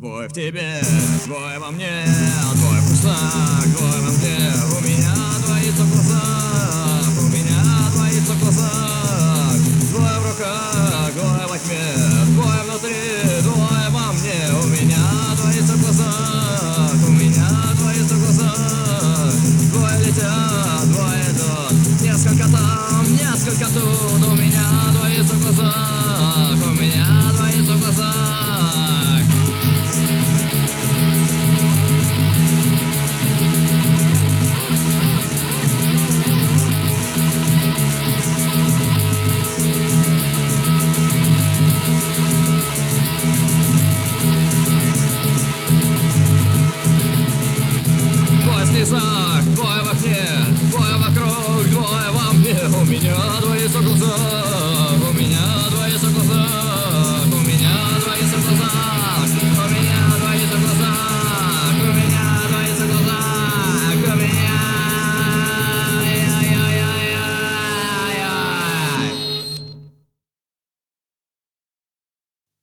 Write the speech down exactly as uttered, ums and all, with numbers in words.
Двое в тебе, двое во мне, двое в кустах, двое во мне. У меня двоится в глазах, у меня двоится в глазах. Двое в руках, двое во тьме, двое внутри, двое во мне. У меня двоится в глазах, у меня двоится в глазах. Двое летят, двое идут, несколько там, несколько тут.